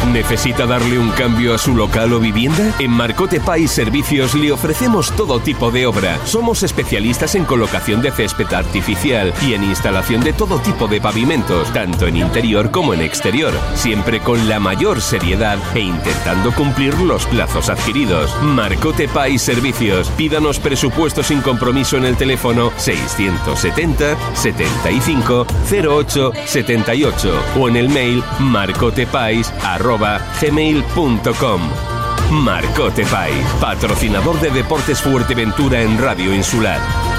¿Necesita darle un cambio a su local o vivienda? En Marcote Pais Servicios le ofrecemos todo tipo de obra. Somos especialistas en colocación de césped artificial y en instalación de todo tipo de pavimentos, tanto en interior como en exterior, siempre con la mayor seriedad e intentando cumplir los plazos adquiridos. Marcote Pais Servicios. Pídanos presupuesto sin compromiso en el teléfono 670 75 08 78 o en el mail marcotepais@gmail.com. Marcote Pais, patrocinador de Deportes Fuerteventura en Radio Insular.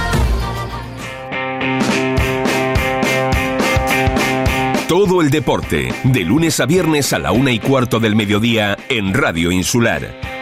Todo el deporte, de lunes a viernes a la 1:15 del mediodía en Radio Insular.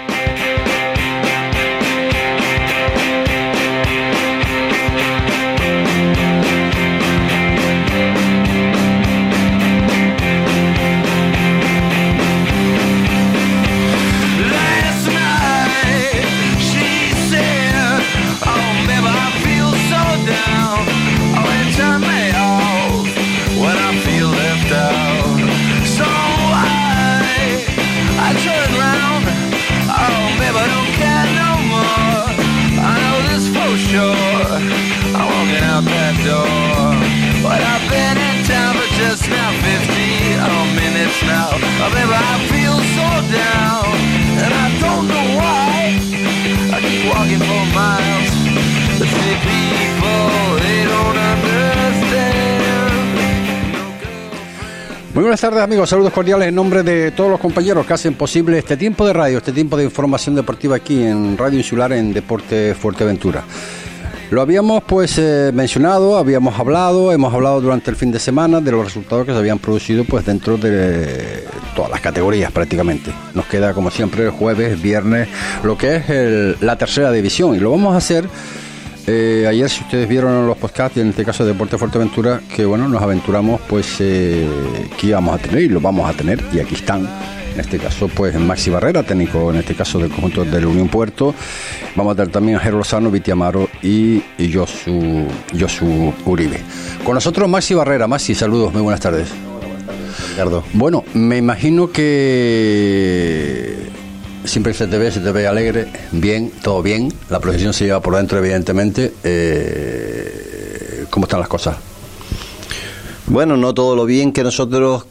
Muy buenas tardes, amigos, saludos cordiales en nombre de todos los compañeros que hacen posible este tiempo de radio, este tiempo de información deportiva aquí en Radio Insular en Deporte Fuerteventura. Lo habíamos mencionado, hemos hablado durante el fin de semana de los resultados que se habían producido dentro de todas las categorías prácticamente. Nos queda como siempre el jueves, viernes, lo que es la tercera división, y lo vamos a hacer. Ayer, si ustedes vieron los podcasts, en este caso de Deporte Fuerteventura, que nos aventuramos que íbamos a tener, y lo vamos a tener, y aquí están. En este caso, Maxi Barrera, técnico en este caso del conjunto del Unión Puerto. Vamos a tener también a Jero Lozano, Viti Amaro y Josu Uribe. Con nosotros Maxi Barrera. Maxi, saludos, muy buenas tardes. Ricardo. Bueno, me imagino que siempre se te ve alegre, bien, todo bien. La procesión se lleva por dentro, evidentemente. ¿Cómo están las cosas? Bueno, no todo lo bien que nosotros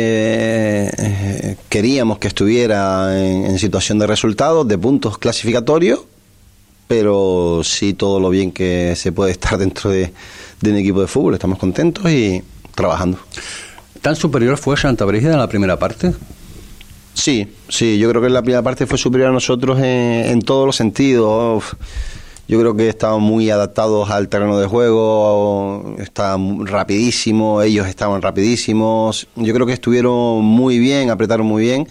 queríamos que estuviera en situación de resultados, de puntos clasificatorios, pero sí todo lo bien que se puede estar dentro de un equipo de fútbol. Estamos contentos y trabajando. ¿Tan superior fue Santa Brígida en la primera parte? Sí, yo creo que en la primera parte fue superior a nosotros en todos los sentidos. Yo creo que estaban muy adaptados al terreno de juego, estaban rapidísimos, ellos estaban rapidísimos. Yo creo que estuvieron muy bien, apretaron muy bien,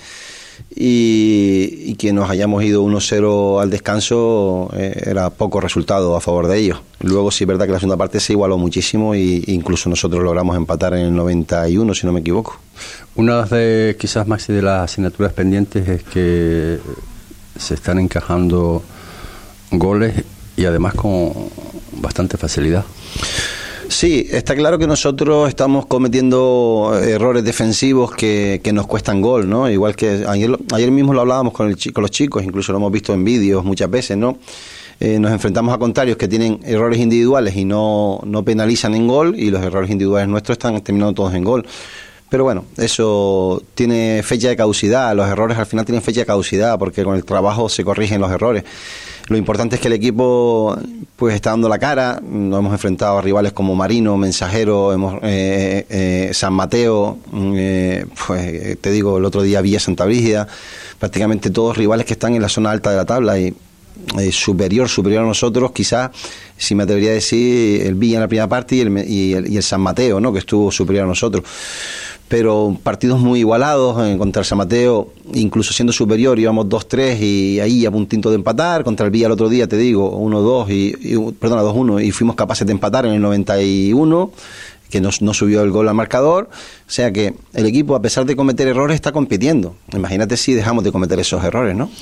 y que nos hayamos ido 1-0 al descanso era poco resultado a favor de ellos. Luego sí es verdad que la segunda parte se igualó muchísimo, e incluso nosotros logramos empatar en el 91, si no me equivoco. Una de quizás más de las asignaturas pendientes es que se están encajando goles, y además con bastante facilidad. Sí, está claro que nosotros estamos cometiendo errores defensivos que nos cuestan gol, ¿no? Igual que ayer mismo lo hablábamos con los chicos, incluso lo hemos visto en vídeos muchas veces, ¿no? Nos enfrentamos a contrarios que tienen errores individuales y no penalizan en gol, y los errores individuales nuestros están terminando todos en gol. Pero bueno, eso tiene fecha de caducidad, los errores al final tienen fecha de caducidad, porque con el trabajo se corrigen los errores. Lo importante es que el equipo está dando la cara. Nos hemos enfrentado a rivales como Marino, Mensajero, San Mateo, te digo, el otro día Villa Santa Brígida, prácticamente todos rivales que están en la zona alta de la tabla, y superior a nosotros, quizás, si me atrevería a decir, el Villa en la primera parte y el San Mateo, ¿no?, que estuvo superior a nosotros. Pero partidos muy igualados. Contra el San Mateo, incluso siendo superior, íbamos 2-3 y ahí a puntito de empatar. Contra el Villa el otro día, te digo, 2-1, y fuimos capaces de empatar en el 91, que no subió el gol al marcador. O sea que el equipo, a pesar de cometer errores, está compitiendo. Imagínate si dejamos de cometer esos errores, ¿no?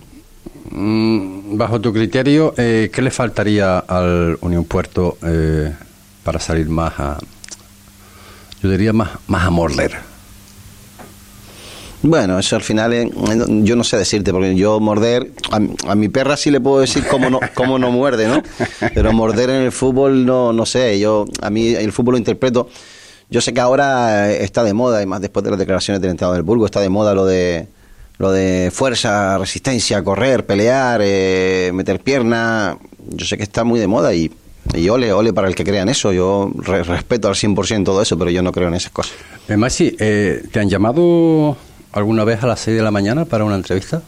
Bajo tu criterio, ¿qué le faltaría al Unión Puerto para salir más a morder? Bueno, eso al final yo no sé decirte, porque yo morder, a mi perra sí le puedo decir cómo no muerde, ¿no? Pero morder en el fútbol no sé, a mí el fútbol lo interpreto. Yo sé que ahora está de moda, y más después de las declaraciones del entrenador del Burgos, está de moda lo de fuerza, resistencia, correr, pelear, meter pierna. Yo sé que está muy de moda y ole para el que crea en eso. Yo respeto al 100% todo eso, pero yo no creo en esas cosas. Maxi, ¿te han llamado alguna vez a las 6 de la mañana para una entrevista?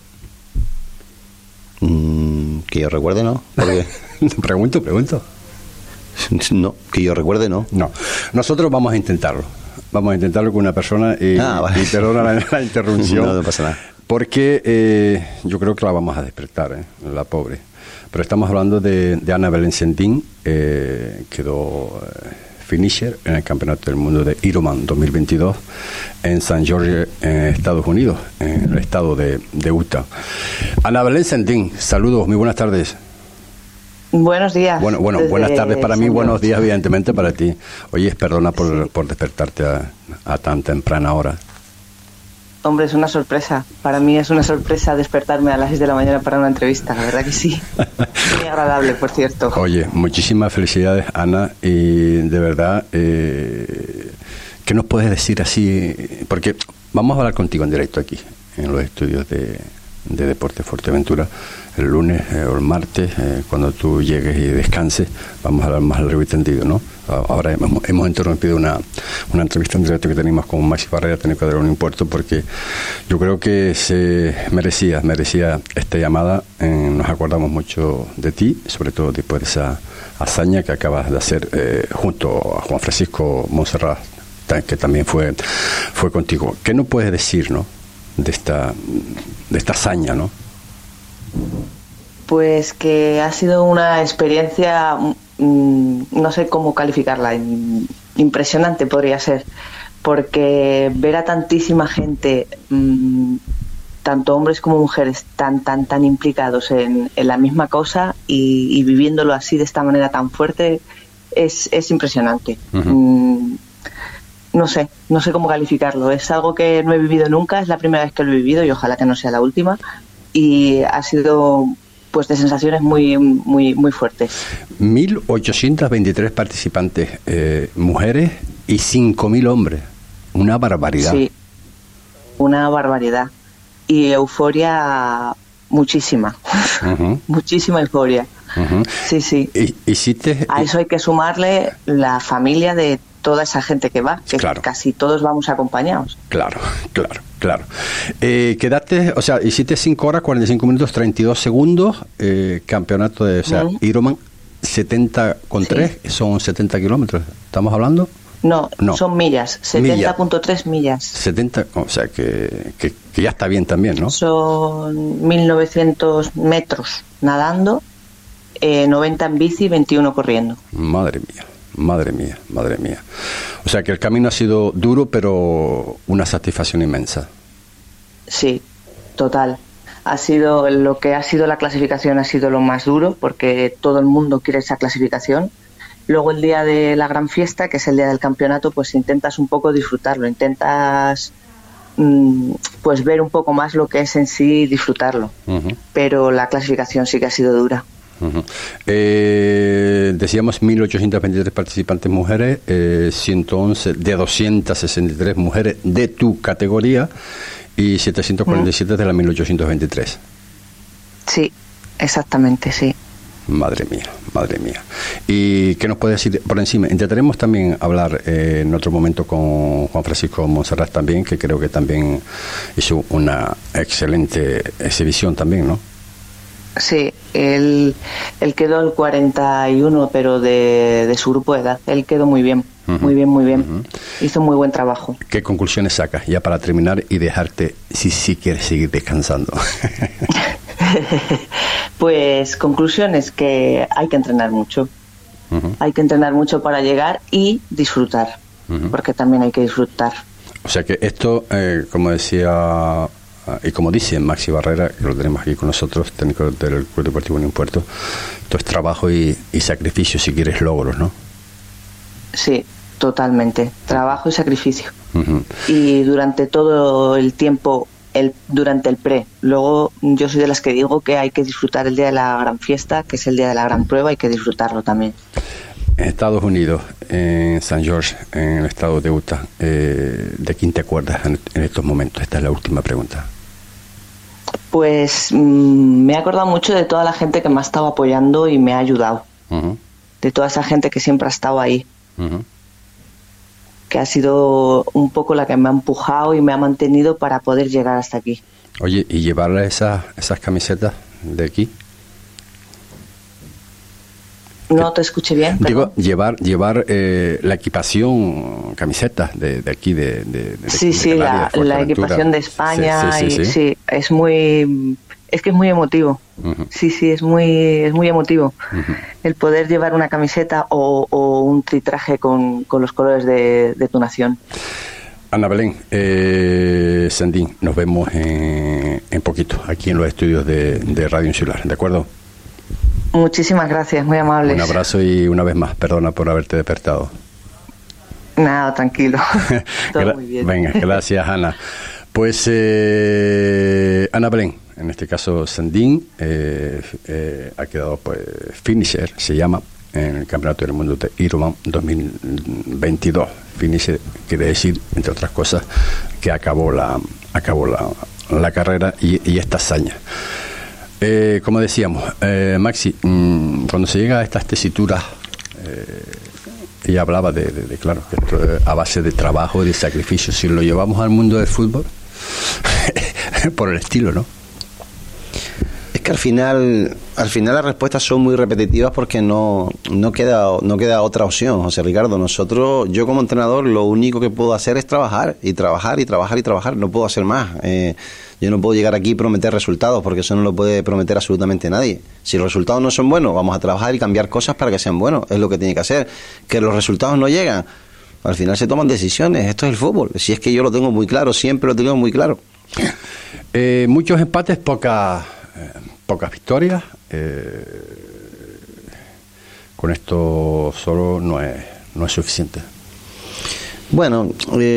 Que yo recuerde, no. Porque... Pregunto. No, que yo recuerde, no. No, nosotros vamos a intentarlo. Vamos a intentarlo con una persona y perdona la interrupción. No pasa nada. Porque yo creo que la vamos a despertar, la pobre. Pero estamos hablando de Ana Belén Sendín, quedó finisher en el Campeonato del Mundo de Ironman 2022 en San Jorge, en Estados Unidos, en el estado de Utah. Ana Belén Sendín, saludos, muy buenas tardes. Buenos días. Bueno, buenas tardes para mí, buenos días evidentemente para ti. Oye, perdona por despertarte a tan temprana hora. Hombre, es una sorpresa. Para mí es una sorpresa despertarme a las 6 de la mañana para una entrevista, la verdad que sí. Muy agradable, por cierto. Oye, muchísimas felicidades, Ana, y de verdad, ¿qué nos puedes decir así? Porque vamos a hablar contigo en directo aquí, en los estudios de Deportes Fuerteventura, el lunes o el martes, cuando tú llegues y descanses, vamos a hablar más largo y tendido, ¿no? Ahora hemos interrumpido una entrevista en directo que teníamos con Maxi Barrera, técnico de un puerto, porque yo creo que se merecía esta llamada. Nos acordamos mucho de ti, sobre todo después de esa hazaña que acabas de hacer junto a Juan Francisco Montserrat, que también fue contigo. ¿Qué nos puedes decir, no, de esta hazaña, no? Pues que ha sido una experiencia, no sé cómo calificarla, impresionante podría ser, porque ver a tantísima gente, tanto hombres como mujeres, tan implicados en la misma cosa y viviéndolo así de esta manera tan fuerte es impresionante. Uh-huh. No sé cómo calificarlo. Es algo que no he vivido nunca, es la primera vez que lo he vivido y ojalá que no sea la última. Y ha sido pues de sensaciones muy fuertes. 1.823 participantes, mujeres, y 5.000 hombres. Una barbaridad. Sí, una barbaridad. Y euforia muchísima. Uh-huh. Muchísima euforia. Uh-huh. Sí. A eso hay que sumarle la familia de toda esa gente que va, que claro, casi todos vamos acompañados. Claro. Quedaste, o sea, hiciste 5 horas, 45 minutos, 32 segundos, campeonato de, o sea, Ironman 70,3, sí. Son 70 kilómetros, ¿estamos hablando? No, son millas, 70.3 millas. 70, o sea, que ya está bien también, ¿no? Son 1.900 metros nadando, 90 en bici, 21 corriendo. Madre mía. O sea que el camino ha sido duro, pero una satisfacción inmensa. Sí, total. Lo que ha sido la clasificación ha sido lo más duro, porque todo el mundo quiere esa clasificación. Luego el día de la gran fiesta, que es el día del campeonato, pues intentas un poco disfrutarlo, intentas pues ver un poco más lo que es en sí disfrutarlo. Uh-huh. Pero la clasificación sí que ha sido dura. Uh-huh. Decíamos 1.823 participantes mujeres, 111 de 263 mujeres de tu categoría y 747 de la 1.823. Sí, exactamente, sí. Madre mía. ¿Y qué nos puede decir por encima? Intentaremos también hablar en otro momento con Juan Francisco Montserrat también, que creo que también hizo una excelente exhibición también, ¿no? Sí, él quedó el 41, pero de su grupo de edad. Él quedó muy bien, uh-huh. muy bien. Uh-huh. Hizo muy buen trabajo. ¿Qué conclusiones sacas ya para terminar y dejarte si quieres seguir descansando? Pues conclusiones, que hay que entrenar mucho. Uh-huh. Hay que entrenar mucho para llegar y disfrutar, uh-huh. porque también hay que disfrutar. O sea que esto, como decía... y como dice Maxi Barrera, que lo tenemos aquí con nosotros, técnico del Club Deportivo Unión Puerto, esto es trabajo y sacrificio si quieres logros, ¿no? Sí, Totalmente, trabajo y sacrificio. Uh-huh. Y durante todo el tiempo, durante el pre. Luego yo soy de las que digo que hay que disfrutar el día de la gran fiesta, que es el día de la gran prueba, hay que disfrutarlo también. En Estados Unidos, en St. George, en el estado de Utah, ¿de quién te acuerdas en estos momentos? Esta es la última pregunta. Pues me he acordado mucho de toda la gente que me ha estado apoyando y me ha ayudado. Uh-huh. De toda esa gente que siempre ha estado ahí. Uh-huh. Que ha sido un poco la que me ha empujado y me ha mantenido para poder llegar hasta aquí. Oye, ¿y llevarle esas camisetas de aquí? No te escuché bien. Digo, llevar la equipación, camisetas de aquí, de sí, la equipación de España, sí, es muy emotivo. Uh-huh. Sí, es muy emotivo. Uh-huh. El poder llevar una camiseta o un tritraje con los colores de tu nación. Ana Belén, Sandín, nos vemos en poquito, aquí en los estudios de Radio Insular, ¿de acuerdo? Muchísimas gracias, muy amables. Un abrazo y una vez más, perdona por haberte despertado. Nada, tranquilo. Todo muy bien. Venga, gracias, Ana. Pues Ana Belén, en este caso Sandín, ha quedado pues finisher, se llama, en el Campeonato del Mundo de Ironman 2022. Finisher quiere decir, entre otras cosas, que acabó la carrera y esta hazaña. Como decíamos, Maxi, cuando se llega a estas tesituras, ella hablaba de claro, que esto es a base de trabajo y de sacrificio. Si lo llevamos al mundo del fútbol, por el estilo, ¿no? Es que al final las respuestas son muy repetitivas porque no queda otra opción, José Ricardo. Yo como entrenador lo único que puedo hacer es trabajar, no puedo hacer más. Yo no puedo llegar aquí y prometer resultados porque eso no lo puede prometer absolutamente nadie. Si los resultados no son buenos, vamos a trabajar y cambiar cosas para que sean buenos, es lo que tiene que hacer. Que los resultados no llegan, al final se toman decisiones, esto es el fútbol. Si es que yo lo tengo muy claro, siempre lo tengo muy claro. Muchos empates, pocas victorias. Con esto solo no es suficiente. Bueno,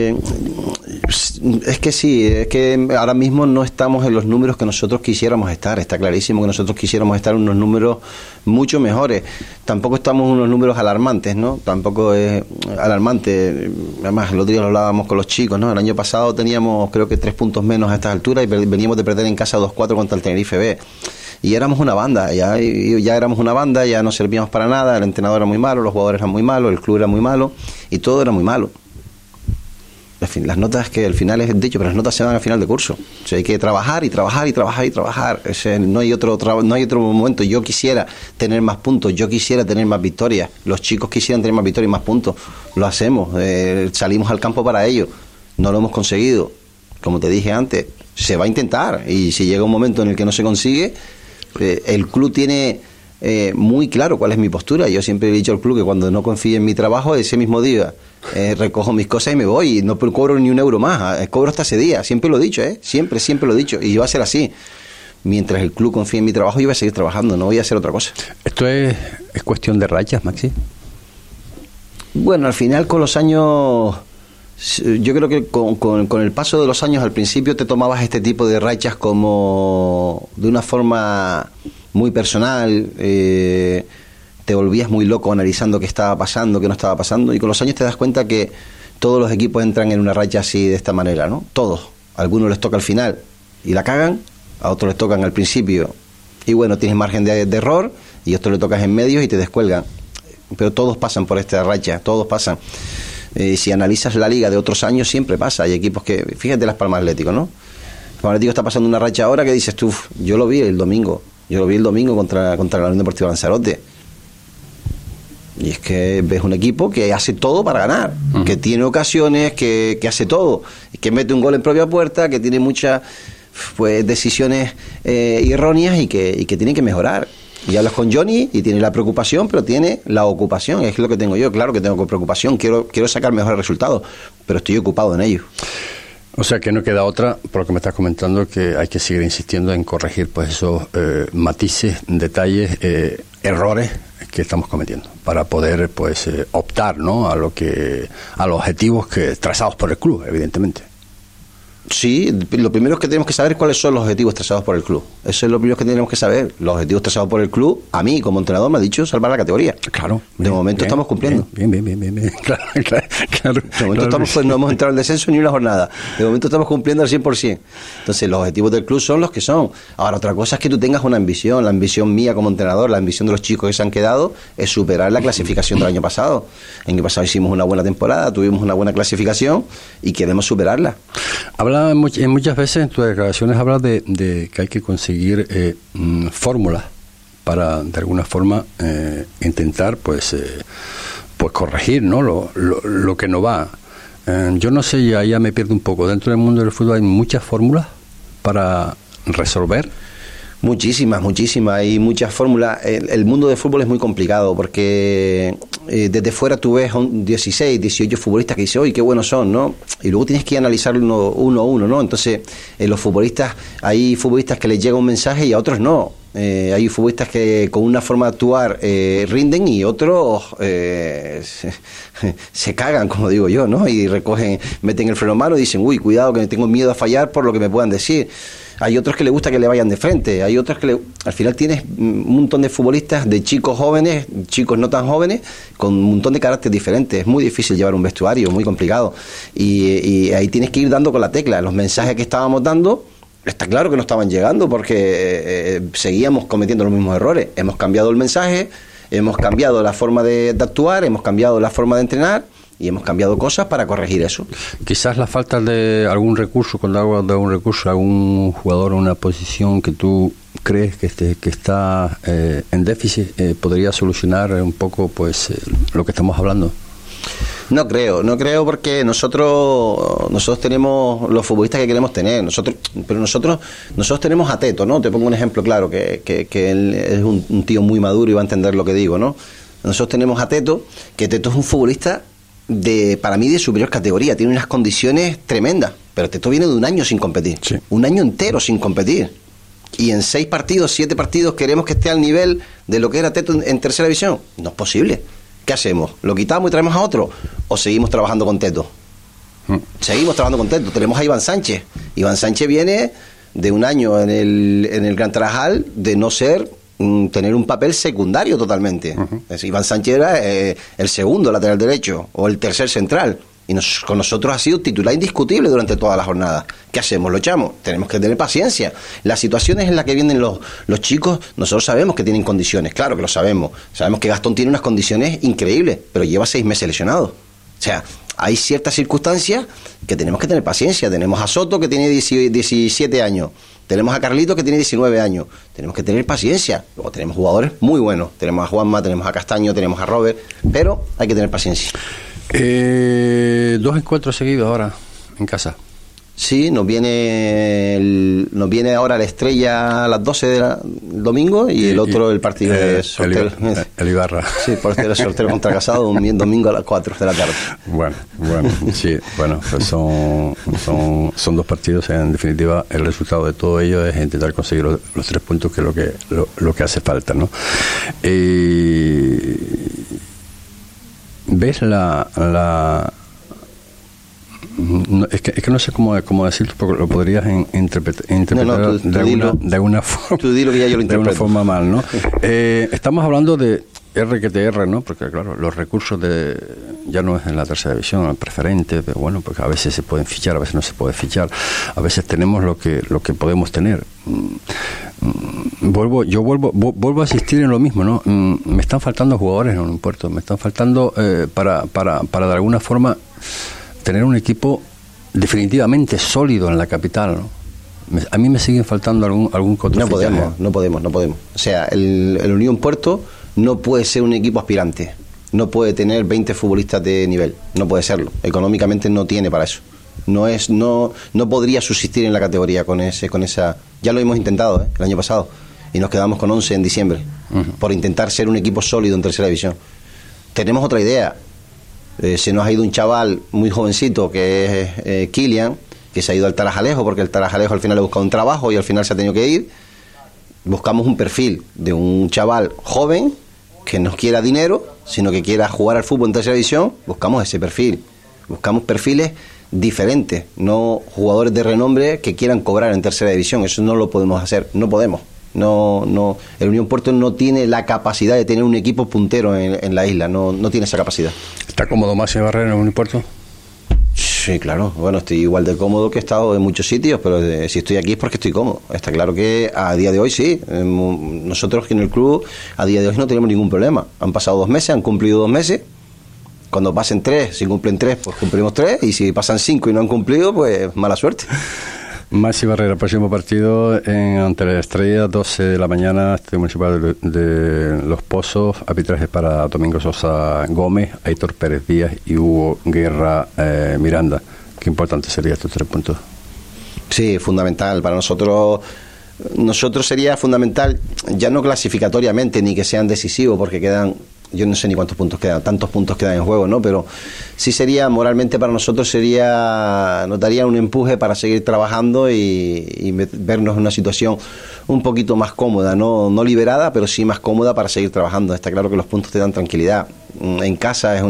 es que sí, es que ahora mismo no estamos en los números que nosotros quisiéramos estar. Está clarísimo que nosotros quisiéramos estar en unos números mucho mejores. Tampoco estamos en unos números alarmantes, ¿no? Tampoco es alarmante. Además, el otro día lo hablábamos con los chicos, ¿no? El año pasado teníamos creo que 3 puntos menos a estas alturas y veníamos de perder en casa 2-4 contra el Tenerife B. Y éramos una banda, ya éramos una banda, ya no servíamos para nada, el entrenador era muy malo, los jugadores eran muy malos, el club era muy malo y todo era muy malo. En fin, las notas, que al final es dicho, pero las notas se van al final de curso. O sea, hay que trabajar y trabajar y trabajar y trabajar. No hay otro momento. Yo quisiera tener más puntos, yo quisiera tener más victorias. Los chicos quisieran tener más victorias y más puntos. Lo hacemos, salimos al campo para ello. No lo hemos conseguido. Como te dije antes, se va a intentar. Y si llega un momento en el que no se consigue, el club tiene muy claro cuál es mi postura. Yo siempre he dicho al club que cuando no confíe en mi trabajo, ese mismo día recojo mis cosas y me voy, y no cobro ni un euro más, cobro hasta ese día. Siempre lo he dicho, siempre lo he dicho, y va a ser así. Mientras el club confíe en mi trabajo, yo voy a seguir trabajando, no voy a hacer otra cosa. ¿Esto es cuestión de rachas, Maxi? Bueno, al final con los años, yo creo que con el paso de los años, al principio te tomabas este tipo de rachas como de una forma muy personal, te volvías muy loco analizando qué estaba pasando, qué no estaba pasando, y con los años te das cuenta que todos los equipos entran en una racha así, de esta manera, ¿no? Todos. A algunos les toca al final y la cagan, a otros les tocan al principio y bueno, tienes margen de error, y a otros le tocas en medio y te descuelgan. Pero todos pasan por esta racha, todos pasan. Si analizas la liga de otros años, siempre pasa. Hay equipos que, fíjate Las Palmas Atlético, ¿no? El Palmas Atlético está pasando una racha ahora que dices tú, yo lo vi el domingo contra la Unión Deportiva Lanzarote. Y es que ves un equipo que hace todo para ganar, que tiene ocasiones, que hace todo, que mete un gol en propia puerta, que tiene muchas decisiones erróneas y que tienen que mejorar. Y hablas con Johnny y tiene la preocupación, pero tiene la ocupación. Es lo que tengo yo, claro que tengo preocupación, quiero sacar mejores resultados, pero estoy ocupado en ello. O sea que no queda otra, por lo que me estás comentando, que hay que seguir insistiendo en corregir pues esos matices, detalles, errores que estamos cometiendo para poder pues optar, ¿no?, a los objetivos trazados por el club, evidentemente. Sí, lo primero que tenemos que saber es cuáles son los objetivos trazados por el club. Eso es lo primero que tenemos que saber. Los objetivos trazados por el club, a mí como entrenador me ha dicho salvar la categoría. Claro. De momento estamos cumpliendo. Bien. Claro. De momento no hemos entrado en descenso ni una jornada. De momento estamos cumpliendo al 100%. Entonces los objetivos del club son los que son. Ahora, otra cosa es que tú tengas una ambición. La ambición mía como entrenador, la ambición de los chicos que se han quedado, es superar la clasificación del año pasado. El año pasado hicimos una buena temporada, tuvimos una buena clasificación y queremos superarla. Muchas veces en tus declaraciones hablas de que hay que conseguir fórmulas para de alguna forma intentar pues corregir, ¿no?, lo que no va. Yo no sé, ya me pierdo un poco. Dentro del mundo del fútbol hay muchas fórmulas para resolver. Muchísimas, hay muchas fórmulas. El mundo del fútbol es muy complicado porque desde fuera tú ves a 16, 18 futbolistas que dices, ¡oye, qué buenos son!, ¿no? Y luego tienes que analizarlo uno a uno, ¿no? Entonces, los futbolistas, hay futbolistas que les llega un mensaje y a otros no. Hay futbolistas que con una forma de actuar rinden y otros se cagan, como digo yo, ¿no? Y meten el freno a mano y dicen, uy, cuidado que tengo miedo a fallar por lo que me puedan decir. Hay otros que les gusta que le vayan de frente, hay otros que al final tienes un montón de futbolistas, de chicos jóvenes, chicos no tan jóvenes, con un montón de caracteres diferentes. Es muy difícil llevar un vestuario, muy complicado. Y ahí tienes que ir dando con la tecla. Los mensajes que estábamos dando, está claro que no estaban llegando porque seguíamos cometiendo los mismos errores. Hemos cambiado el mensaje, hemos cambiado la forma de actuar, hemos cambiado la forma de entrenar y hemos cambiado cosas para corregir eso. Quizás la falta de algún recurso, cuando hablo de un recurso, algún jugador en una posición que tú crees que está en déficit, podría solucionar un poco pues lo que estamos hablando. No creo porque nosotros tenemos los futbolistas que queremos tener, pero nosotros tenemos a Teto, ¿no? Te pongo un ejemplo claro, que él es un tío muy maduro y va a entender lo que digo, ¿no? Nosotros tenemos a Teto, que Teto es un futbolista para mí de superior categoría, tiene unas condiciones tremendas, pero Teto viene de un año sin competir, sí. Un año entero sin competir, y en 6 partidos, 7 partidos queremos que esté al nivel de lo que era Teto en tercera división. No es posible. ¿Qué hacemos? ¿Lo quitamos y traemos a otro? ¿O seguimos trabajando con Teto? Seguimos trabajando con Teto. Tenemos a Iván Sánchez. Iván Sánchez viene de un año en el Gran Tarajal de no tener un papel secundario totalmente. Iván Sánchez era el segundo lateral derecho o el tercer central. Y con nosotros ha sido titular indiscutible durante toda la jornada. ¿Qué hacemos? ¿Lo echamos? Tenemos que tener paciencia. Las situaciones en las que vienen los chicos, nosotros sabemos que tienen condiciones, claro que lo sabemos. Sabemos que Gastón tiene unas condiciones increíbles, pero lleva 6 meses lesionado. O sea, hay ciertas circunstancias que tenemos que tener paciencia. Tenemos a Soto, que tiene 17 años. Tenemos a Carlito, que tiene 19 años. Tenemos que tener paciencia. Luego tenemos jugadores muy buenos. Tenemos a Juanma, tenemos a Castaño, tenemos a Robert, pero hay que tener paciencia. 2 encuentros seguidos ahora en casa. Sí, nos viene ahora la Estrella a las 12 del domingo y el otro el partido de sorteo. El Ibarra. Sí, partido de sorteo contra Casado, un domingo a las 4 de la tarde. Bueno, sí, pues son 2 partidos. En definitiva, el resultado de todo ello es intentar conseguir los 3 puntos, que es lo que hace falta, ¿no? ¿Ves es que no sé cómo decirlo, porque lo podrías interpretar de alguna forma. Tú di lo que ya yo lo interpreto. De una forma mal, ¿no? Estamos hablando de RQTR, ¿no? Porque claro, los recursos ya no es en la tercera división, el preferente, pero bueno, porque a veces se pueden fichar, a veces no se puede fichar, a veces tenemos lo que podemos tener. Vuelvo a insistir en lo mismo, ¿no? Me están faltando jugadores en un puerto, me están faltando para de alguna forma tener un equipo definitivamente sólido en la capital, ¿no? A mí me siguen faltando algún coto. No podemos. O sea, el Unión Puerto no puede ser un equipo aspirante, no puede tener 20 futbolistas de nivel, no puede serlo, económicamente no tiene para eso. No podría subsistir en la categoría con esa. Ya lo hemos intentado el año pasado y nos quedamos con 11 en diciembre por intentar ser un equipo sólido en tercera división. Tenemos otra idea. Se nos ha ido un chaval muy jovencito que es Kilian, que se ha ido al Tarajalejo porque el Tarajalejo al final le ha buscado un trabajo y al final se ha tenido que ir. Buscamos un perfil de un chaval joven que no quiera dinero, sino que quiera jugar al fútbol en tercera división, buscamos ese perfil. Buscamos perfiles diferentes, no jugadores de renombre que quieran cobrar en tercera división. Eso no lo podemos hacer, no podemos. No, el Unión Puerto no tiene la capacidad de tener un equipo puntero en la isla, no tiene esa capacidad. ¿Está cómodo Maxi Barrera en el Unión Puerto? Sí, claro. Bueno, estoy igual de cómodo que he estado en muchos sitios, pero si estoy aquí es porque estoy cómodo. Está claro que a día de hoy sí. Nosotros en el club a día de hoy no tenemos ningún problema. Han pasado 2 meses, han cumplido 2 meses. Cuando pasen 3, si cumplen 3, pues cumplimos 3. Y si pasan 5 y no han cumplido, pues mala suerte. Maxi Barrera, próximo partido ante la Estrella, 12 de la mañana, Estadio Municipal de Los Pozos. Arbitraje para Domingo Sosa Gómez, Aitor Pérez Díaz y Hugo Guerra Miranda. Qué importante sería estos 3 puntos. Sí, fundamental. Para nosotros sería fundamental, ya no clasificatoriamente ni que sean decisivos, porque quedan, yo no sé ni cuántos puntos quedan, tantos puntos quedan en juego, ¿no? Pero sí sería, moralmente para nosotros nos daría un empuje para seguir trabajando y vernos en una situación un poquito más cómoda, no liberada, pero sí más cómoda para seguir trabajando. Está claro que los puntos te dan tranquilidad. En casa es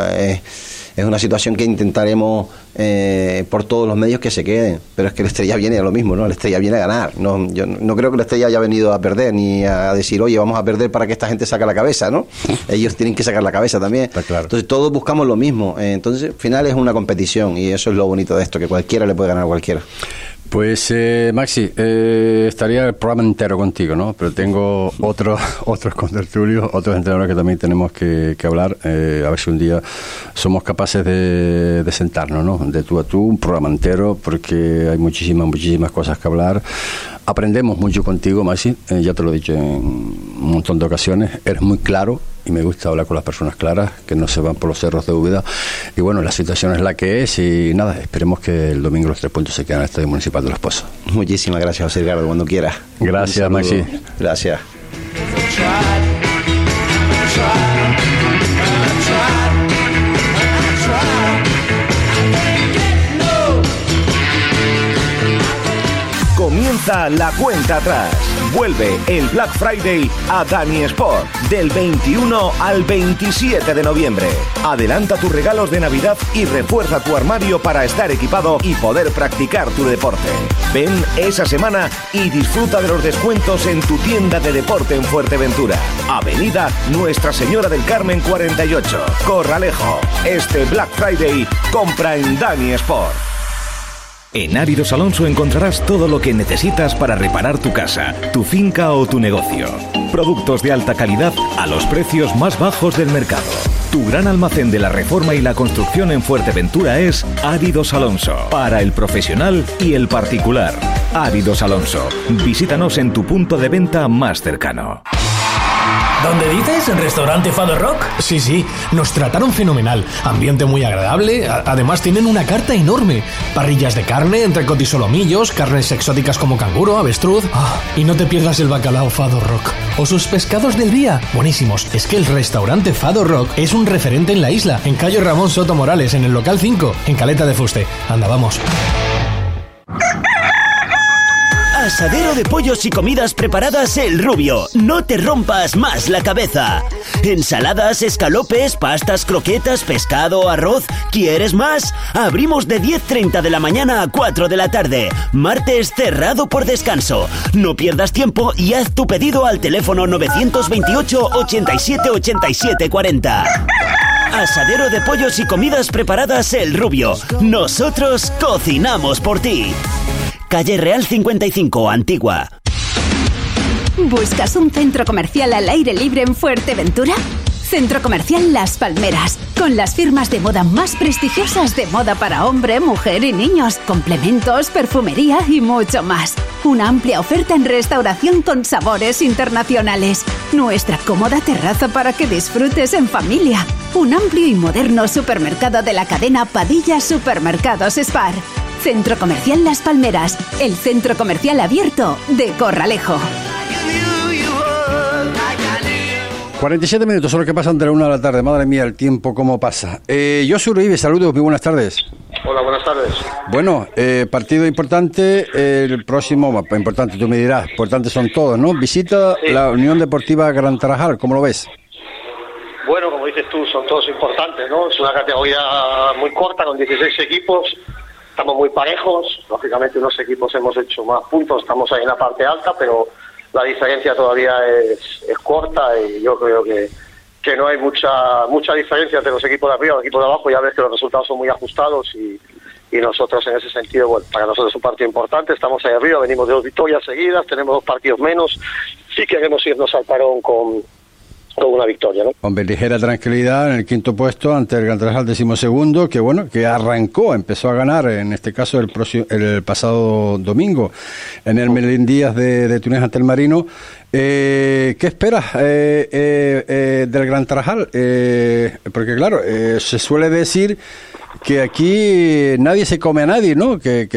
una situación que intentaremos por todos los medios que se queden, pero es que la Estrella viene a lo mismo, ¿no? La Estrella viene a ganar. Yo no creo que la Estrella haya venido a perder, ni a decir, oye, vamos a perder para que esta gente saque la cabeza, ¿no? Ellos tienen que sacar la cabeza también. Está claro. Entonces todos buscamos lo mismo. Entonces, al final es una competición y eso es lo bonito de esto, que cualquiera le puede ganar a cualquiera. Pues Maxi, estaría el programa entero contigo, ¿no? Pero tengo otros contertulios, otros entrenadores que también tenemos que hablar, a ver si un día somos capaces de sentarnos, ¿no? De tú a tú, un programa entero, porque hay muchísimas cosas que hablar. Aprendemos mucho contigo, Maxi, ya te lo he dicho en un montón de ocasiones, eres muy claro y me gusta hablar con las personas claras, que no se van por los cerros de Úbeda. Y bueno, la situación es la que es y nada, esperemos que el domingo los 3 puntos se queden en el Estadio Municipal de Los Pozos. Muchísimas gracias, José Edgardo, cuando quieras. Gracias, Maxi. Gracias. Comienza la cuenta atrás. Vuelve el Black Friday a Dani Sport del 21 al 27 de noviembre. Adelanta tus regalos de Navidad y refuerza tu armario para estar equipado y poder practicar tu deporte. Ven esa semana y disfruta de los descuentos en tu tienda de deporte en Fuerteventura. Avenida Nuestra Señora del Carmen 48, Corralejo. Este Black Friday compra en Dani Sport. En Áridos Alonso encontrarás todo lo que necesitas para reparar tu casa, tu finca o tu negocio. Productos de alta calidad a los precios más bajos del mercado. Tu gran almacén de la reforma y la construcción en Fuerteventura es Áridos Alonso, para el profesional y el particular. Áridos Alonso. Visítanos en tu punto de venta más cercano. ¿Dónde dices? ¿En Restaurante Fado Rock? Sí, nos trataron fenomenal. Ambiente muy agradable. Además tienen una carta enorme. Parrillas de carne, entrecot y solomillos, carnes exóticas como canguro, avestruz. Y no te pierdas el bacalao Fado Rock. O sus pescados del día. Buenísimos. Es que el Restaurante Fado Rock es un referente en la isla. En calle Ramón Soto Morales, en el local 5, en Caleta de Fuste. Anda, vamos. Asadero de pollos y comidas preparadas El Rubio. No te rompas más la cabeza. Ensaladas, escalopes, pastas, croquetas, pescado, arroz. ¿Quieres más? Abrimos de 10:30 de la mañana a 4 de la tarde. Martes cerrado por descanso. No pierdas tiempo y haz tu pedido al teléfono 928 87 87 40. Asadero de pollos y comidas preparadas El Rubio. Nosotros cocinamos por ti. Calle Real 55, Antigua. ¿Buscas un centro comercial al aire libre en Fuerteventura? Centro Comercial Las Palmeras, con las firmas de moda más prestigiosas de moda para hombre, mujer y niños, complementos, perfumería y mucho más. Una amplia oferta en restauración con sabores internacionales. Nuestra cómoda terraza para que disfrutes en familia. Un amplio y moderno supermercado de la cadena Padilla Supermercados Spar. Centro Comercial Las Palmeras, el centro comercial abierto de Corralejo. 47 minutos son los que pasan de la 1 de la tarde. Madre mía, el tiempo cómo pasa. Yo soy Uribe, saludos, muy buenas tardes. Hola, buenas tardes. Bueno, partido importante, el próximo, importante, tú me dirás, importantes son todos, ¿no? Visita la Unión Deportiva Gran Tarajal, ¿cómo lo ves? tú, son todos importantes, ¿no? Es una categoría muy corta, con 16 equipos, estamos muy parejos, lógicamente unos equipos hemos hecho más puntos, estamos ahí en la parte alta, pero la diferencia todavía es corta y yo creo que no hay mucha diferencia entre los equipos de arriba y los equipos de abajo. Ya ves que los resultados son muy ajustados y nosotros en ese sentido, bueno, para nosotros es un partido importante, estamos ahí arriba, venimos de 2 victorias seguidas, tenemos 2 partidos menos, sí queremos irnos al parón con una victoria, ¿no? Hombre, ligera tranquilidad en el 5º puesto ante el Gran Tarajal 12º, que bueno, que empezó a ganar, en este caso el pasado domingo, en el Melín Díaz de Túnez ante el Marino. ¿Qué esperas del Gran Tarajal? Porque claro, se suele decir que aquí nadie se come a nadie, ¿no? Que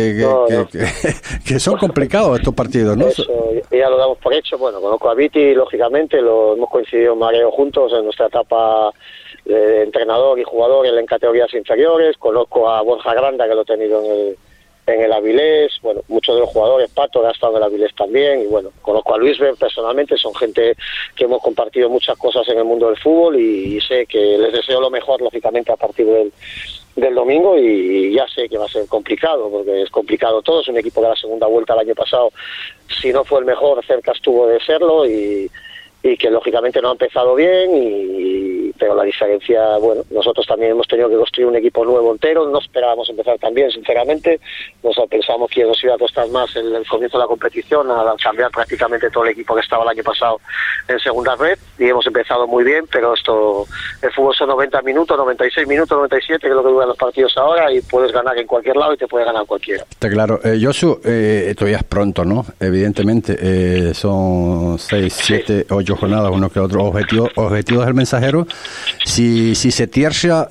son complicados estos partidos, ¿no? Eso ya lo damos por hecho. Bueno, conozco a Viti, lógicamente, lo hemos coincidido en mareo juntos en nuestra etapa de entrenador y jugador en categorías inferiores. Conozco a Borja Granda, que lo he tenido en el Avilés. Bueno, muchos de los jugadores, Pato, que ha estado en el Avilés también. Y bueno, conozco a Luis Ben personalmente, son gente que hemos compartido muchas cosas en el mundo del fútbol y sé que les deseo lo mejor, lógicamente, a partir del domingo, y ya sé que va a ser complicado, porque es complicado todo. Es un equipo que a la segunda vuelta el año pasado, si no fue el mejor, cerca estuvo de serlo, y que lógicamente no ha empezado bien, pero la diferencia, bueno, nosotros también hemos tenido que construir un equipo nuevo entero, no esperábamos empezar tan bien, sinceramente, pensábamos que nos iba a costar más el comienzo de la competición, al cambiar prácticamente todo el equipo que estaba el año pasado en segunda red, y hemos empezado muy bien, pero el fútbol son 90 minutos, 96 minutos, 97, que es lo que duran los partidos ahora, y puedes ganar en cualquier lado y te puede ganar cualquiera. Está claro. Josu, todavía es pronto, ¿no? Evidentemente, son 6, 7, 8 jornadas, uno que otro. Objetivos del Mensajero, si se tercia,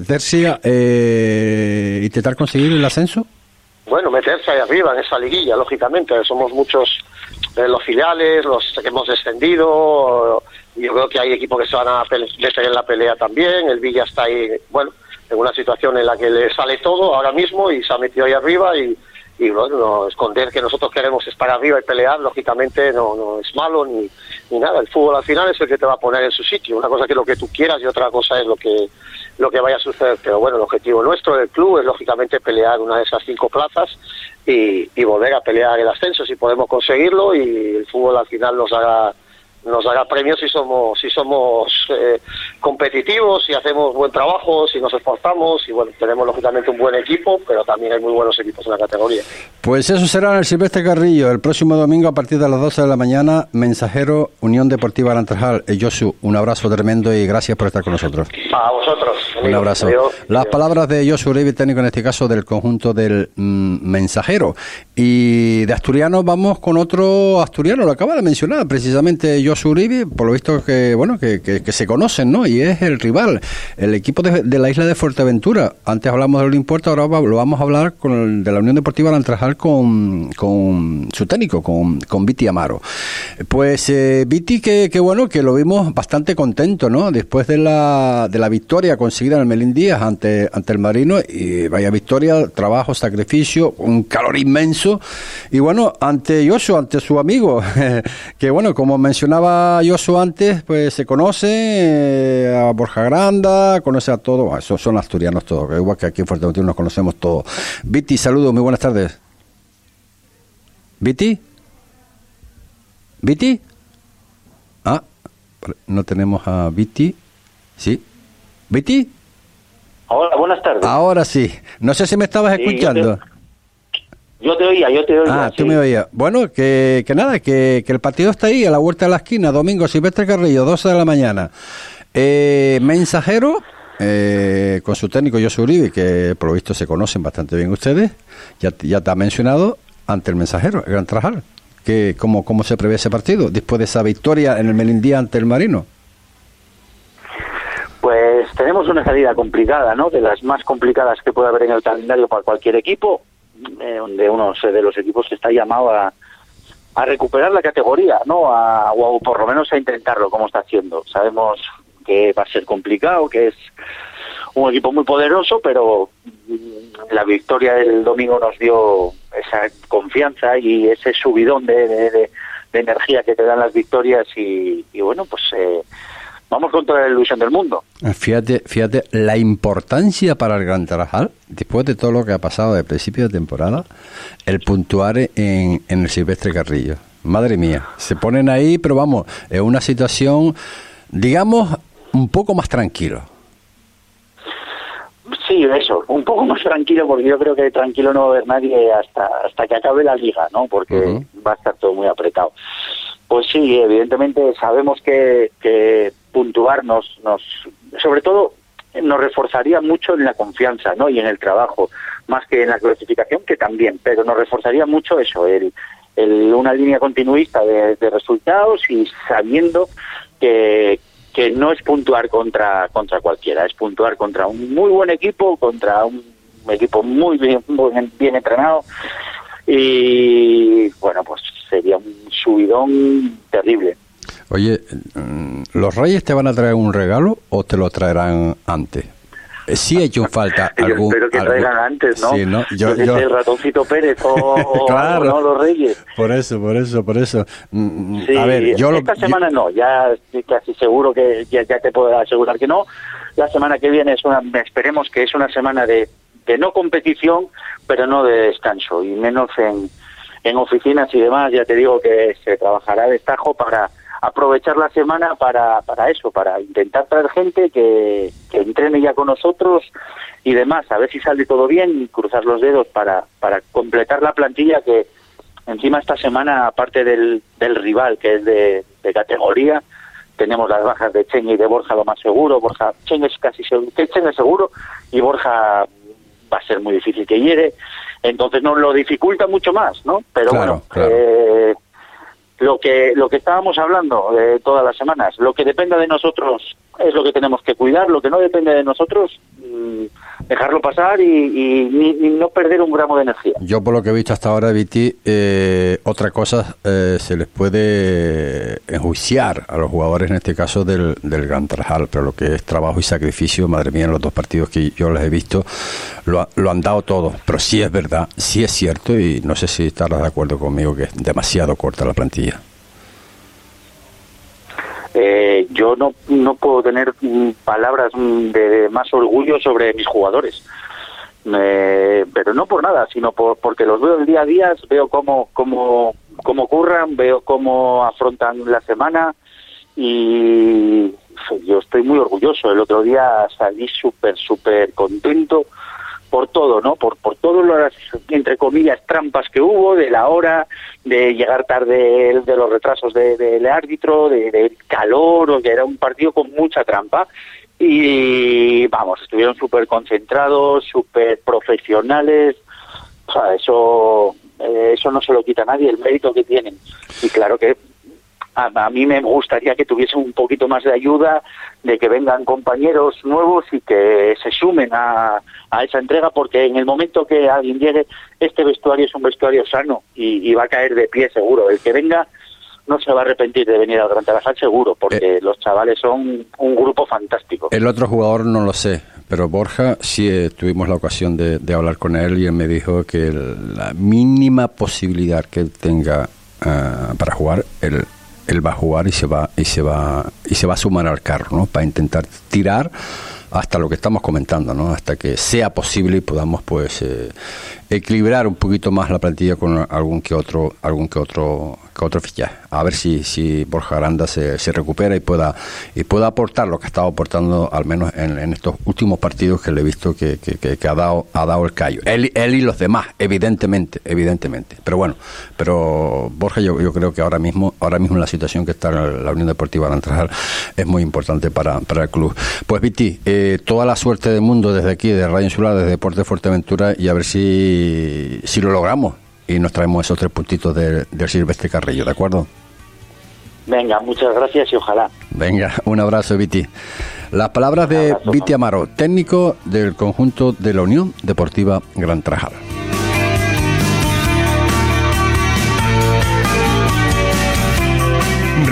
intentar conseguir el ascenso. Bueno, meterse ahí arriba en esa liguilla, lógicamente. Somos muchos los filiales, los que hemos descendido. Yo creo que hay equipos que se van a meter en la pelea también. El Villa está ahí, bueno, en una situación en la que le sale todo ahora mismo y se ha metido ahí arriba y bueno, no esconder que nosotros queremos estar arriba y pelear, lógicamente no es malo ni nada. El fútbol al final es el que te va a poner en su sitio. Una cosa es lo que tú quieras y otra cosa es lo que vaya a suceder. Pero bueno, el objetivo nuestro del club es lógicamente pelear una de esas 5 plazas y volver a pelear el ascenso si podemos conseguirlo, y el fútbol al final nos haga premios si somos competitivos, si hacemos buen trabajo, si nos esforzamos, y bueno, tenemos lógicamente un buen equipo, pero también hay muy buenos equipos en la categoría. Pues eso será en el Silvestre Carrillo el próximo domingo a partir de las 12 de la mañana. Mensajero, Unión Deportiva Gran Tarajal. Josu, un abrazo tremendo y gracias por estar con nosotros. A vosotros. Un abrazo. Adiós. Las palabras de Josu Uribe, técnico en este caso del conjunto del Mensajero. Y de asturiano vamos con otro asturiano, lo acaba de mencionar precisamente Josu Uribe, por lo visto que se conocen, ¿no? Y es el rival, el equipo de la isla de Fuerteventura. Antes hablamos del Olimpuerto, ahora lo vamos a hablar de la Unión Deportiva Gran Tarajal con su técnico, con Viti Amaro. Pues Viti, que bueno, que lo vimos bastante contento, ¿no? Después de la victoria conseguida en el Melín Díaz ante el Marino, y vaya victoria, trabajo, sacrificio, un calor inmenso, y bueno, ante Josu, ante su amigo, que bueno, como mencionaba Josu antes, pues se conoce a Borja Granda, conoce a todos, esos son asturianos todos, igual que aquí en Fuerteventura nos conocemos todos. Viti, saludos, muy buenas tardes. ¿Viti? ¿Viti? Ah, no tenemos a Viti. ¿Sí? ¿Viti? Hola, buenas tardes. Ahora sí. No sé si me estabas escuchando. Yo te oía. Ah, tú me oías. Bueno, que nada, que el partido está ahí, a la vuelta de la esquina, domingo, Silvestre Carrillo, 12 de la mañana. Mensajero, con su técnico Josu Uribe, que por lo visto se conocen bastante bien ustedes, ya te ha mencionado, ante el Mensajero, el Gran Tarajal. ¿Cómo se prevé ese partido después de esa victoria en el Melín Díaz ante el Marino? Pues tenemos una salida complicada, ¿no? De las más complicadas que puede haber en el calendario para cualquier equipo, donde uno de los equipos está llamado a recuperar la categoría, ¿no? O por lo menos a intentarlo, como está haciendo. Sabemos que va a ser complicado, que es un equipo muy poderoso, pero la victoria del domingo nos dio esa confianza y ese subidón de energía que te dan las victorias, y bueno, pues vamos contra la ilusión del mundo. Fíjate la importancia para el Gran Tarajal, después de todo lo que ha pasado de principio de temporada, el puntuar en el Silvestre Carrillo. Madre mía, se ponen ahí, pero vamos, es una situación, digamos, un poco más tranquilo. Sí, eso, un poco más tranquilo, porque yo creo que tranquilo no va a haber nadie hasta que acabe la liga, ¿no? Porque va a estar todo muy apretado. Pues sí, evidentemente sabemos que puntuar nos sobre todo nos reforzaría mucho en la confianza, ¿no? Y en el trabajo, más que en la clasificación, que también, pero nos reforzaría mucho eso, una línea continuista de resultados, y sabiendo que no es puntuar contra cualquiera, es puntuar contra un muy buen equipo, contra un equipo muy bien entrenado, y bueno, pues sería un subidón terrible. Oye, ¿los Reyes te van a traer un regalo o te lo traerán antes? Sí ha hecho falta algún... Yo espero que traigan antes, ¿no? Sí, ¿no? Yo el Ratoncito Pérez o claro, algo, ¿no? Los Reyes. Por eso. Sí, a ver, esta semana no, ya estoy casi seguro que ya te puedo asegurar que no. La semana que viene esperemos que es una semana de no competición, pero no de descanso, y menos en oficinas y demás. Ya te digo que se trabajará de destajo para aprovechar la semana para eso, para intentar traer gente que entrene ya con nosotros y demás, a ver si sale todo bien, y cruzar los dedos para completar la plantilla, que encima esta semana, aparte del rival, que es de categoría, tenemos las bajas de Chen y de Borja, lo más seguro. Chen es casi seguro, Chen es seguro, y Borja va a ser muy difícil que llegue, entonces nos lo dificulta mucho más, ¿no? Pero claro, lo que estábamos hablando todas las semanas, lo que dependa de nosotros es lo que tenemos que cuidar, lo que no depende de nosotros, dejarlo pasar y no perder un gramo de energía. Yo, por lo que he visto hasta ahora, Viti, otra cosa se les puede enjuiciar a los jugadores, en este caso del Gran Tarajal, pero lo que es trabajo y sacrificio, madre mía, en los dos partidos que yo les he visto, lo han dado todo. Pero sí es verdad, sí es cierto, y no sé si estarás de acuerdo conmigo, que es demasiado corta la plantilla. Yo no puedo tener palabras de más orgullo sobre mis jugadores, pero no por nada, sino porque los veo el día a día, veo cómo curran, veo cómo afrontan la semana, y yo estoy muy orgulloso. El otro día salí súper contento por todo, ¿no? Por todas las, entre comillas, trampas que hubo, de la hora, de llegar tarde, de los retrasos del árbitro, del calor, que era un partido con mucha trampa. Y vamos, estuvieron súper concentrados, súper profesionales. O sea, eso no se lo quita a nadie, el mérito que tienen. Y claro que a mí me gustaría que tuviesen un poquito más de ayuda, de que vengan compañeros nuevos y que se sumen a esa entrega, porque en el momento que alguien llegue, este vestuario es un vestuario sano y va a caer de pie seguro. El que venga no se va a arrepentir de venir al Gran Tarajal seguro, porque los chavales son un grupo fantástico. El otro jugador no lo sé, pero Borja sí tuvimos la ocasión de hablar con él, y él me dijo que la mínima posibilidad que él tenga para jugar, él va a jugar y se va a sumar al carro, ¿no? Para intentar tirar hasta lo que estamos comentando, ¿no? Hasta que sea posible y podamos, pues, equilibrar un poquito más la plantilla con algún que otro fichaje. A ver si Borja Aranda se recupera y pueda aportar lo que ha estado aportando, al menos en estos últimos partidos que le he visto que ha dado el callo. Él y los demás, evidentemente. Pero Borja, yo creo que ahora mismo en la situación que está la Unión Deportiva Gran Tarajal, es muy importante para el club. Pues Viti, toda la suerte del mundo desde aquí, de Radio Insular, desde Deportes Fuerteventura, y a ver si lo logramos y nos traemos esos 3 puntitos del Silvestre Carrillo, ¿de acuerdo? Venga, muchas gracias y ojalá. Venga, un abrazo, Viti. Las palabras de Viti Amaro, técnico del conjunto de la Unión Deportiva Gran Tarajal.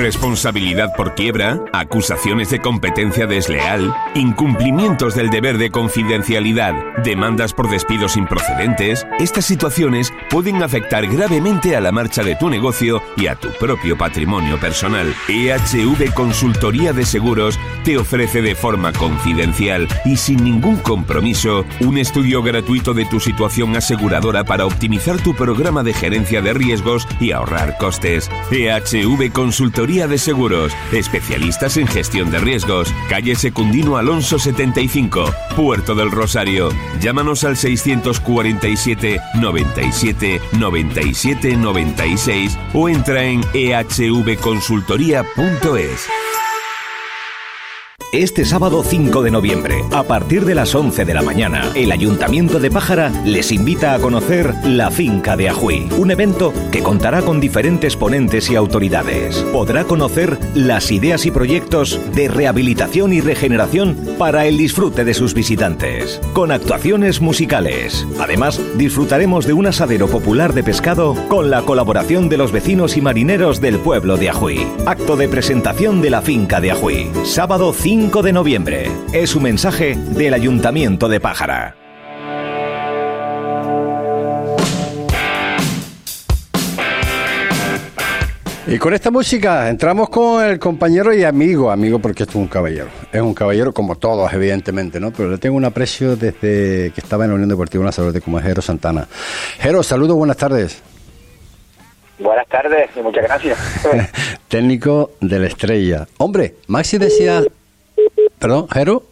Responsabilidad por quiebra, acusaciones de competencia desleal, incumplimientos del deber de confidencialidad, demandas por despidos improcedentes. Estas situaciones pueden afectar gravemente a la marcha de tu negocio y a tu propio patrimonio personal. EHV Consultoría de Seguros te ofrece de forma confidencial y sin ningún compromiso un estudio gratuito de tu situación aseguradora para optimizar tu programa de gerencia de riesgos y ahorrar costes. EHV Consultoría de Seguros, especialistas en gestión de riesgos. Calle Secundino Alonso 75, Puerto del Rosario. Llámanos al 647 97 97 96 o entra en ehvconsultoría.es. Este sábado 5 de noviembre, a partir de las 11 de la mañana, el Ayuntamiento de Pájara les invita a conocer la Finca de Ajuy, un evento que contará con diferentes ponentes y autoridades. Podrá conocer las ideas y proyectos de rehabilitación y regeneración para el disfrute de sus visitantes, con actuaciones musicales. Además, disfrutaremos de un asadero popular de pescado con la colaboración de los vecinos y marineros del pueblo de Ajuy. Acto de presentación de la Finca de Ajuy, sábado 5 de noviembre. Es un mensaje del Ayuntamiento de Pájara. Y con esta música entramos con el compañero y amigo porque esto es un caballero. Es un caballero como todos, evidentemente, ¿no? Pero le tengo un aprecio desde que estaba en la Unión Deportiva Lanzarote, como es Jero Santana. Jero, saludos, buenas tardes. Buenas tardes y muchas gracias. Técnico de la Estrella. Hombre, Maxi decía... Perdón, ¿Jero?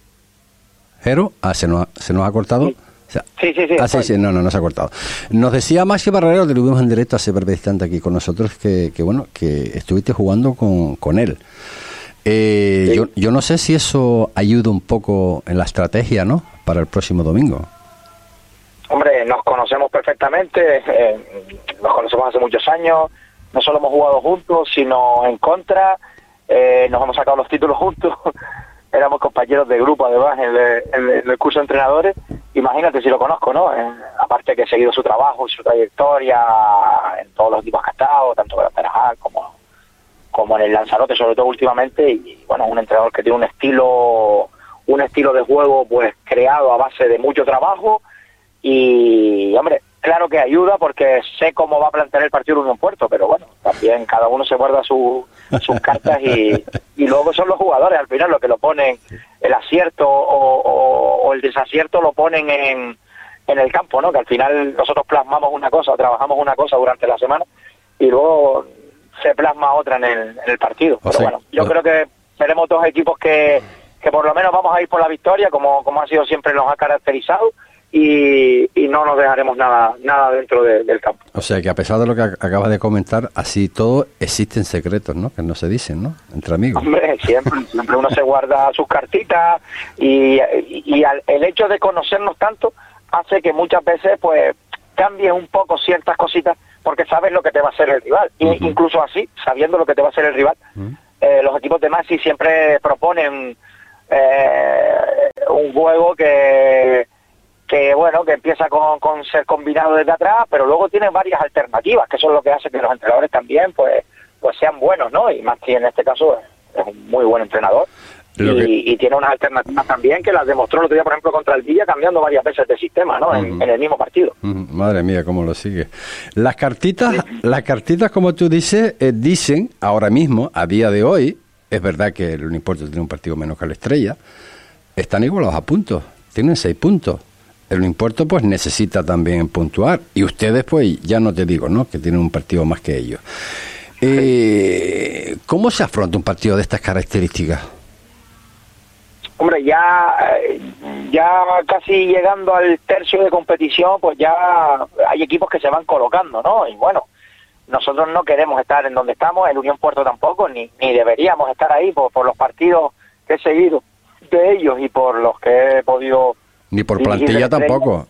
¿se nos ha cortado? Sí. Sí, no se ha cortado. Nos decía Maxi Barrero, que lo vimos en directo hace breve instante aquí con nosotros, que estuviste jugando con él. Sí. Yo no sé si eso ayuda un poco en la estrategia, ¿no?, para el próximo domingo. Hombre, nos conocemos perfectamente, nos conocemos hace muchos años, no solo hemos jugado juntos, sino en contra, nos hemos sacado los títulos juntos. Éramos compañeros de grupo, además, en el curso de entrenadores. Imagínate si lo conozco, ¿no? Aparte que he seguido su trabajo y su trayectoria en todos los equipos que ha estado, tanto en el Tarajal como en el Lanzarote, sobre todo últimamente. Y bueno, un entrenador que tiene un estilo de juego pues creado a base de mucho trabajo. Y, hombre, claro que ayuda porque sé cómo va a plantear el partido Unión Puerto, pero bueno, también cada uno se guarda sus cartas y luego son los jugadores al final los que lo ponen, el acierto o el desacierto lo ponen en el campo, ¿no? Que al final nosotros plasmamos una cosa, trabajamos una cosa durante la semana y luego se plasma otra en el partido. Pero bueno, yo creo que veremos dos equipos que por lo menos vamos a ir por la victoria, como ha sido siempre nos ha caracterizado. Y no nos dejaremos nada dentro del campo. O sea que a pesar de lo que acabas de comentar, así todo existen secretos, ¿no? Que no se dicen, ¿no? Entre amigos. Hombre, siempre uno se guarda sus cartitas y el hecho de conocernos tanto hace que muchas veces pues cambies un poco ciertas cositas porque sabes lo que te va a hacer el rival. Uh-huh. Incluso así, sabiendo lo que te va a hacer el rival, los equipos de Maxi siempre proponen un juego que bueno, que empieza con ser combinado desde atrás, pero luego tiene varias alternativas, que eso es lo que hace que los entrenadores también pues sean buenos, ¿no? Y Maxi en este caso es un muy buen entrenador y tiene unas alternativas también que las demostró el otro día, por ejemplo, contra el Villa, cambiando varias veces de sistema, ¿no? En el mismo partido. Madre mía, cómo lo sigue. Las cartitas, como tú dices, dicen ahora mismo, a día de hoy, es verdad que el Unión Puerto tiene un partido menos que la Estrella, están igualados a puntos, tienen 6 puntos. El Unión Puerto pues necesita también puntuar y ustedes pues ya no te digo, ¿no?, que tienen un partido más que ellos. ¿Cómo se afronta un partido de estas características? Hombre, ya casi llegando al tercio de competición, pues ya hay equipos que se van colocando, ¿no? Y bueno, nosotros no queremos estar en donde estamos, el Unión Puerto tampoco, ni deberíamos estar ahí por los partidos que he seguido de ellos y por los que he podido... Ni por plantilla tampoco.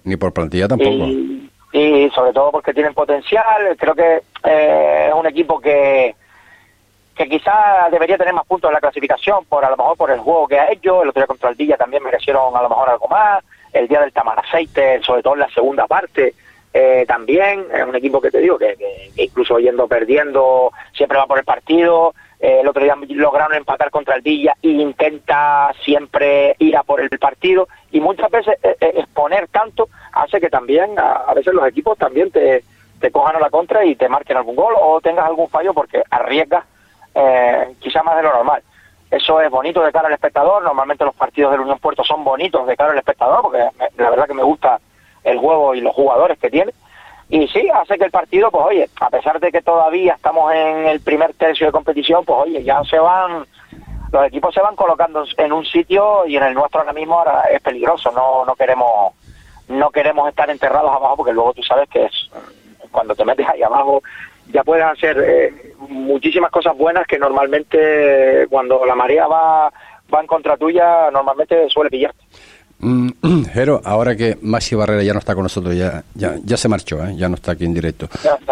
Y sobre todo porque tienen potencial. Creo que es un equipo que quizás debería tener más puntos en la clasificación, a lo mejor por el juego que ha hecho. El otro día contra el Villa también merecieron a lo mejor algo más. El día del Tamaraceite, sobre todo en la segunda parte, también es un equipo que te digo que incluso yendo perdiendo siempre va por el partido. el otro día lograron empatar contra el Villa e intenta siempre ir a por el partido, y muchas veces exponer tanto hace que también a veces los equipos también te cojan a la contra y te marquen algún gol o tengas algún fallo porque arriesgas quizá más de lo normal. Eso es bonito de cara al espectador. Normalmente los partidos del Unión Puerto son bonitos de cara al espectador porque la verdad que me gusta el juego y los jugadores que tiene. Y sí, hace que el partido, pues oye, a pesar de que todavía estamos en el primer tercio de competición, pues oye, ya los equipos se van colocando en un sitio, y en el nuestro ahora mismo es peligroso. No queremos estar enterrados abajo, porque luego tú sabes que cuando te metes ahí abajo ya puedes hacer muchísimas cosas buenas que normalmente cuando la marea va en contra tuya, normalmente suele pillarte. Jero, ahora que Maxi Barrera ya no está con nosotros, ya se marchó, ya no está aquí en directo.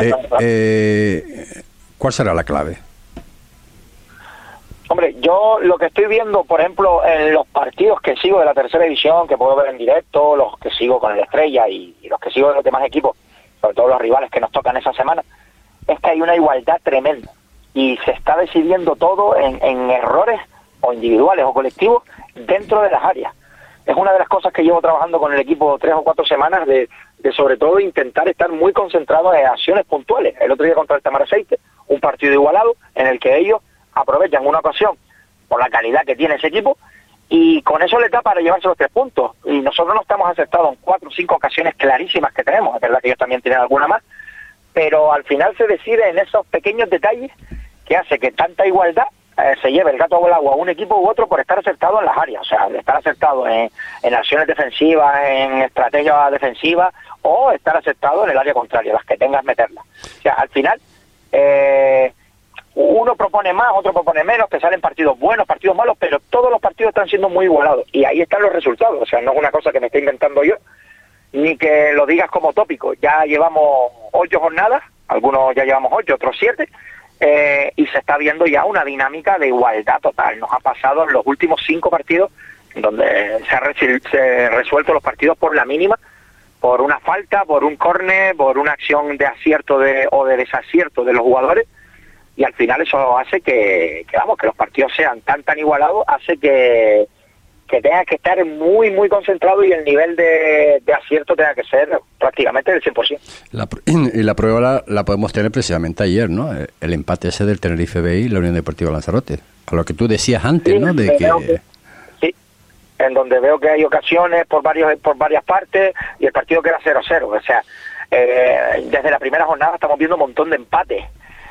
¿Cuál será la clave? Hombre, yo lo que estoy viendo, por ejemplo, en los partidos que sigo de la tercera división, que puedo ver en directo, los que sigo con el Estrella y los que sigo de los demás equipos, sobre todo los rivales que nos tocan esa semana, es que hay una igualdad tremenda y se está decidiendo todo en errores o individuales o colectivos dentro de las áreas. Es una de las cosas que llevo trabajando con el equipo 3 o 4 semanas de sobre todo intentar estar muy concentrados en acciones puntuales. El otro día contra el Tamaraceite, un partido igualado en el que ellos aprovechan una ocasión por la calidad que tiene ese equipo y con eso les da para llevarse los 3 puntos. Y nosotros no estamos acertados en 4 o 5 ocasiones clarísimas que tenemos. Es verdad que ellos también tienen alguna más, pero al final se decide en esos pequeños detalles que hace que tanta igualdad se lleve el gato al agua a un equipo u otro por estar acertado en las áreas, o sea, estar acertado en acciones defensivas, en estrategia defensiva, o estar acertado en el área contraria, las que tengas meterlas. O sea, al final uno propone más, otro propone menos, que salen partidos buenos, partidos malos, pero todos los partidos están siendo muy igualados y ahí están los resultados. O sea, no es una cosa que me esté inventando yo ni que lo digas como tópico. Ya llevamos 8 jornadas, algunos ya llevamos 8, otros 7, y se está viendo ya una dinámica de igualdad total. Nos ha pasado en los últimos 5 partidos donde se han resuelto los partidos por la mínima, por una falta, por un córner, por una acción de acierto o de desacierto de los jugadores, y al final eso hace que los partidos sean tan igualados, hace que tengas que estar muy muy concentrado y el nivel de acierto tenga que ser prácticamente del 100%. Y la prueba la podemos tener precisamente ayer, ¿no? El empate ese del Tenerife B y la Unión Deportiva Lanzarote. A lo que tú decías antes, sí, ¿no? Sí, en donde veo que hay ocasiones por varias partes y el partido queda 0-0. O sea, desde la primera jornada estamos viendo un montón de empates.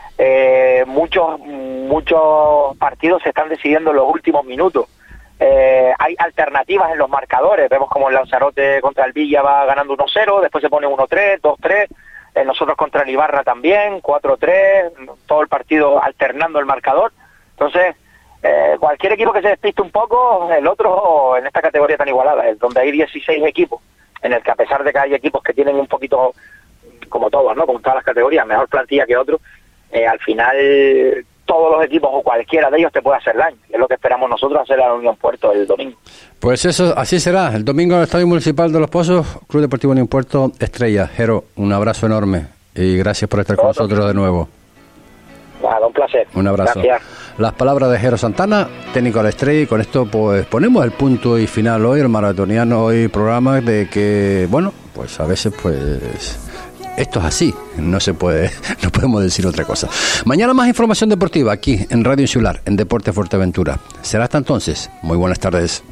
Muchos partidos se están decidiendo en los últimos minutos. Hay alternativas en los marcadores. Vemos como el Lanzarote contra el Villa va ganando 1-0, después se pone 1-3, 2-3, nosotros contra el Ibarra también, 4-3, todo el partido alternando el marcador. Entonces, cualquier equipo que se despiste un poco, el otro en esta categoría tan igualada, es donde hay 16 equipos, en el que a pesar de que hay equipos que tienen un poquito, como todos, ¿no? Como todas las categorías, mejor plantilla que otros, al final todos los equipos o cualquiera de ellos te puede hacer daño. Es lo que esperamos nosotros hacer a la Unión Puerto el domingo. Pues eso, así será. El domingo en el Estadio Municipal de Los Pozos, Club Deportivo Unión Puerto, Estrella. Jero, un abrazo enorme y gracias por estar con nosotros de nuevo. Nada, un placer. Un abrazo. Gracias. Las palabras de Jero Santana, técnico de la Estrella, y con esto pues ponemos el punto y final hoy, el maratoniano hoy programa de que, bueno, pues a veces pues esto es así, no podemos decir otra cosa. Mañana más información deportiva aquí en Radio Insular, en Deporte Fuerteventura. Será hasta entonces. Muy buenas tardes.